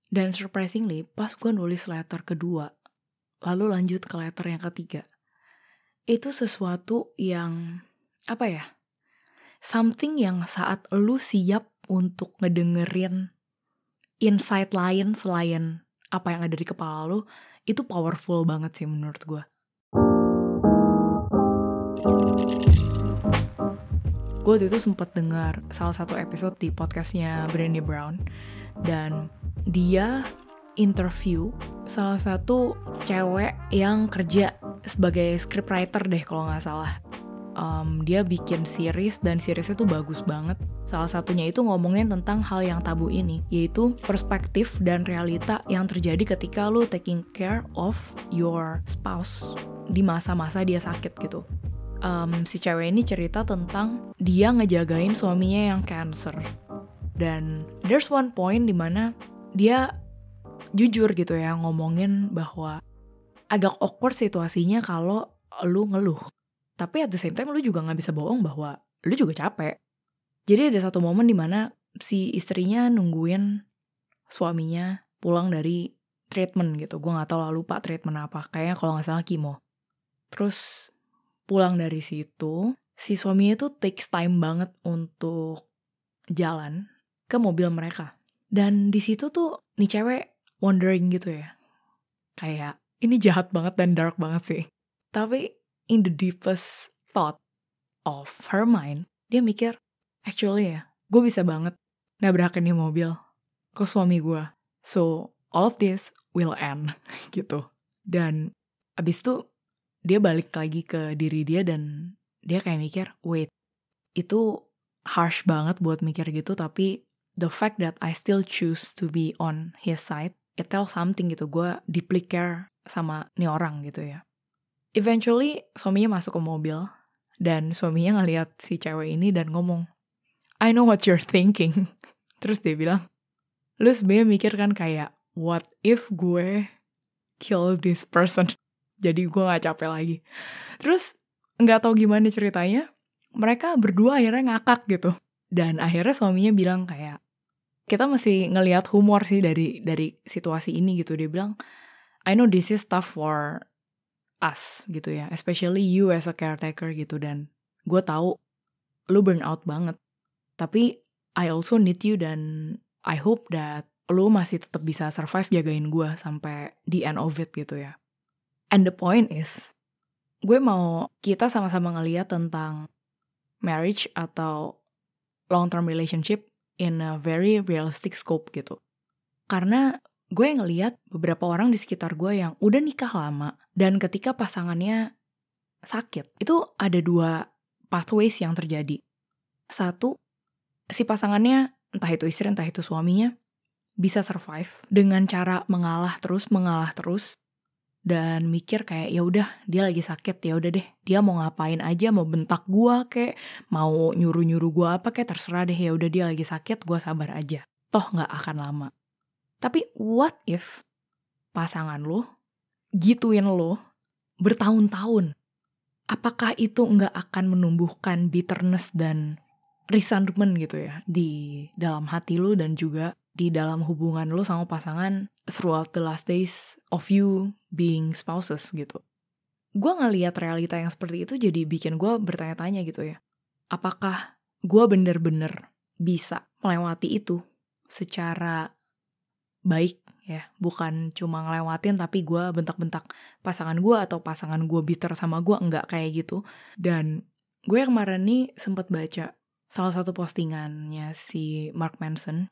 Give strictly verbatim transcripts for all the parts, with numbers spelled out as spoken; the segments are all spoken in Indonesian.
Dan surprisingly, pas gue nulis letter kedua, lalu lanjut ke letter yang ketiga, itu sesuatu yang, apa ya, something yang saat lu siap untuk ngedengerin insight lain selain apa yang ada di kepala lu, itu powerful banget sih menurut gue. Gue waktu itu sempat dengar salah satu episode di podcastnya Brené Brown, dan dia interview salah satu cewek yang kerja sebagai scriptwriter deh kalau nggak salah. Um, dia bikin series dan seriesnya tuh bagus banget. Salah satunya itu ngomongin tentang hal yang tabu ini, yaitu perspektif dan realita yang terjadi ketika lu taking care of your spouse di masa-masa dia sakit gitu. Um, si cewek ini cerita tentang dia ngejagain suaminya yang cancer. Dan there's one point dimana dia jujur gitu ya ngomongin bahwa agak awkward situasinya kalau lu ngeluh. Tapi at the same time lu juga gak bisa bohong bahwa lu juga capek. Jadi ada satu momen dimana si istrinya nungguin suaminya pulang dari treatment gitu. Gue gak tahu lah, lupa treatment apa. Kayaknya kalau gak salah kimo. Terus pulang dari situ, si suaminya tuh takes time banget untuk jalan ke mobil mereka. Dan di situ tuh nih cewek wondering gitu ya. Kayak ini jahat banget dan dark banget sih. Tapi in the deepest thought of her mind, dia mikir, actually ya, gue bisa banget nabrakin nih mobil ke suami gue. So, all of this will end, gitu. Dan abis itu, dia balik lagi ke diri dia dan dia kayak mikir, wait, itu harsh banget buat mikir gitu, tapi the fact that I still choose to be on his side, it tells something gitu. Gue deeply care sama nih orang gitu ya. Eventually, suaminya masuk ke mobil, dan suaminya ngeliat si cewek ini dan ngomong, I know what you're thinking. Terus dia bilang, lu sebenarnya mikir kan kayak, what if gue kill this person? Jadi gue gak capek lagi. Terus, gak tahu gimana ceritanya, mereka berdua akhirnya ngakak gitu. Dan akhirnya suaminya bilang kayak, kita mesti ngelihat humor sih dari dari situasi ini gitu. Dia bilang, I know this is tough for us gitu ya, especially you as a caretaker gitu, dan gue tahu lu burn out banget, tapi I also need you dan I hope that lu masih tetap bisa survive jagain gue sampai the end of it gitu ya. And the point is, gue mau kita sama-sama ngeliat tentang marriage atau long term relationship in a very realistic scope gitu. Karena gue ngeliat beberapa orang di sekitar gue yang udah nikah lama, dan ketika pasangannya sakit, itu ada dua pathways yang terjadi. Satu, si pasangannya, entah itu istri, entah itu suaminya, bisa survive dengan cara mengalah terus, mengalah terus, dan mikir kayak, ya udah dia lagi sakit, ya udah deh, dia mau ngapain aja, mau bentak gue kayak, mau nyuruh-nyuruh gue apa kayak, terserah deh, ya udah dia lagi sakit, gue sabar aja. Toh nggak akan lama. Tapi what if pasangan lo gituin lo bertahun-tahun? Apakah itu nggak akan menumbuhkan bitterness dan resentment gitu ya di dalam hati lo dan juga di dalam hubungan lo sama pasangan throughout the last days of you being spouses gitu? Gue ngelihat realita yang seperti itu jadi bikin gue bertanya-tanya gitu ya. Apakah gue bener-bener bisa melewati itu secara baik ya, bukan cuma ngelewatin tapi gue bentak-bentak pasangan gue atau pasangan gue bitter sama gue, enggak kayak gitu. Dan gue yang kemarin nih sempat baca salah satu postingannya si Mark Manson,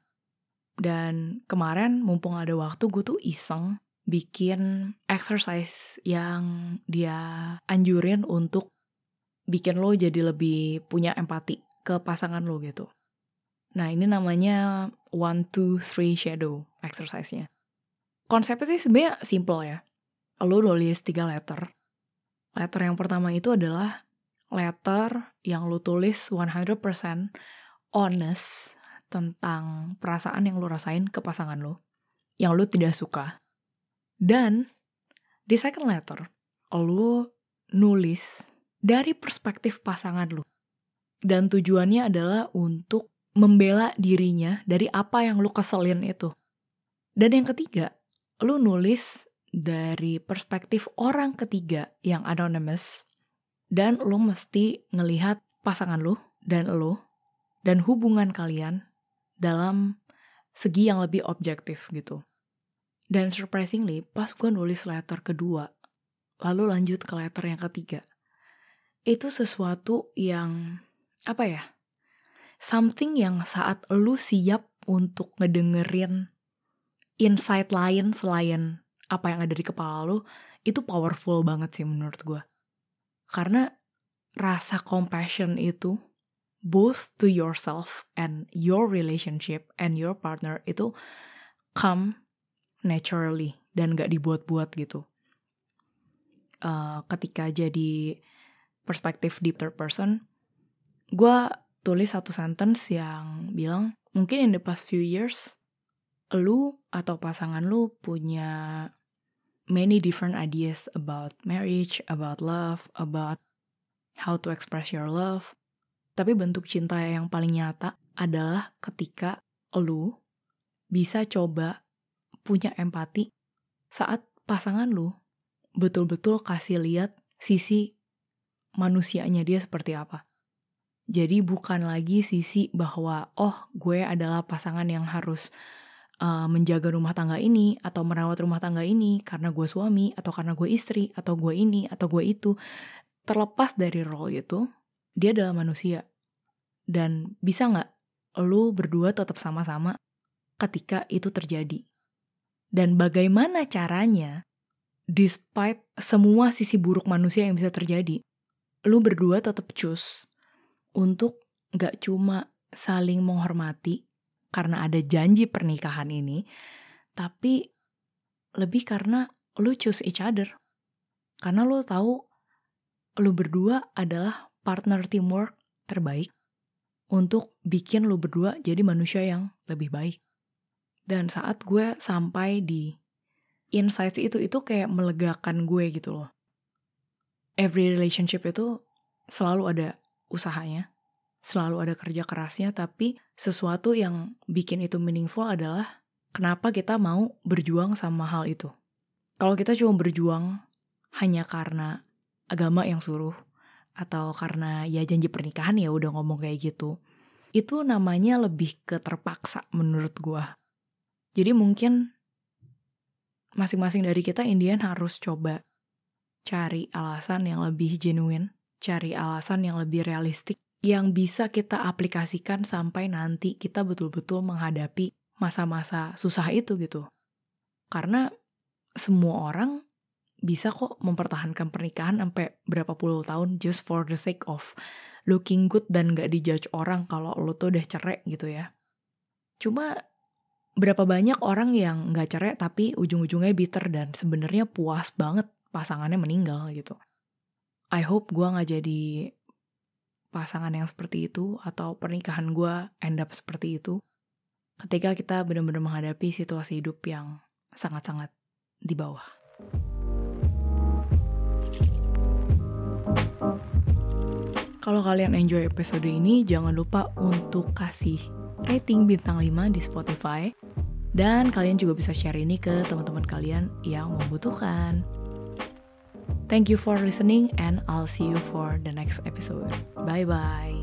dan kemarin mumpung ada waktu gue tuh iseng bikin exercise yang dia anjurin untuk bikin lo jadi lebih punya empati ke pasangan lo gitu. Nah ini namanya one, two, three shadow exercise-nya. Konsepnya sih sebenarnya simple ya. Lo nulis tiga letter. Letter yang pertama itu adalah letter yang lo tulis one hundred percent honest tentang perasaan yang lo rasain ke pasangan lo, yang lo tidak suka. Dan di second letter, lo nulis dari perspektif pasangan lo. Dan tujuannya adalah untuk membela dirinya dari apa yang lu keselin itu. Dan yang ketiga, lu nulis dari perspektif orang ketiga yang anonymous, dan lu mesti ngelihat pasangan lu dan lu dan hubungan kalian dalam segi yang lebih objektif gitu. Dan surprisingly, pas gue nulis letter kedua, lalu lanjut ke letter yang ketiga, itu sesuatu yang, apa ya, something yang saat lu siap untuk ngedengerin insight lain selain apa yang ada di kepala lu, itu powerful banget sih menurut gue. Karena rasa compassion itu, both to yourself and your relationship and your partner, itu come naturally dan gak dibuat-buat gitu. Uh, ketika jadi perspektif di third person, gue tulis satu sentence yang bilang, mungkin in the past few years, lu atau pasangan lu punya many different ideas about marriage, about love, about how to express your love. Tapi bentuk cinta yang paling nyata adalah ketika lu bisa coba punya empati saat pasangan lu betul-betul kasih lihat sisi manusianya dia seperti apa. Jadi bukan lagi sisi bahwa, oh gue adalah pasangan yang harus uh, menjaga rumah tangga ini, atau merawat rumah tangga ini, karena gue suami, atau karena gue istri, atau gue ini, atau gue itu. Terlepas dari role itu, dia adalah manusia. Dan bisa gak lu berdua tetap sama-sama ketika itu terjadi? Dan bagaimana caranya, despite semua sisi buruk manusia yang bisa terjadi, lu berdua tetap choose untuk gak cuma saling menghormati karena ada janji pernikahan ini, tapi lebih karena lu choose each other. Karena lu tahu lu berdua adalah partner teamwork terbaik untuk bikin lu berdua jadi manusia yang lebih baik. Dan saat gue sampai di insights itu, itu kayak melegakan gue gitu loh. Every relationship itu selalu ada usahanya, selalu ada kerja kerasnya, tapi sesuatu yang bikin itu meaningful adalah kenapa kita mau berjuang sama hal itu. Kalau kita cuma berjuang hanya karena agama yang suruh, atau karena ya janji pernikahan ya udah ngomong kayak gitu, itu namanya lebih ke terpaksa menurut gue. Jadi mungkin masing-masing dari kita Indian harus coba cari alasan yang lebih genuine, cari alasan yang lebih realistik, yang bisa kita aplikasikan sampai nanti kita betul-betul menghadapi masa-masa susah itu gitu. Karena semua orang bisa kok mempertahankan pernikahan sampai berapa puluh tahun just for the sake of looking good dan gak dijudge orang kalau lo tuh udah cerai gitu ya. Cuma berapa banyak orang yang gak cerai tapi ujung-ujungnya bitter dan sebenarnya puas banget pasangannya meninggal gitu. I hope gue gak jadi pasangan yang seperti itu, atau pernikahan gue end up seperti itu ketika kita benar-benar menghadapi situasi hidup yang sangat-sangat di bawah. Kalau kalian enjoy episode ini, jangan lupa untuk kasih rating bintang lima di Spotify. Dan kalian juga bisa share ini ke teman-teman kalian yang membutuhkan. Thank you for listening and I'll see you for the next episode. Bye-bye.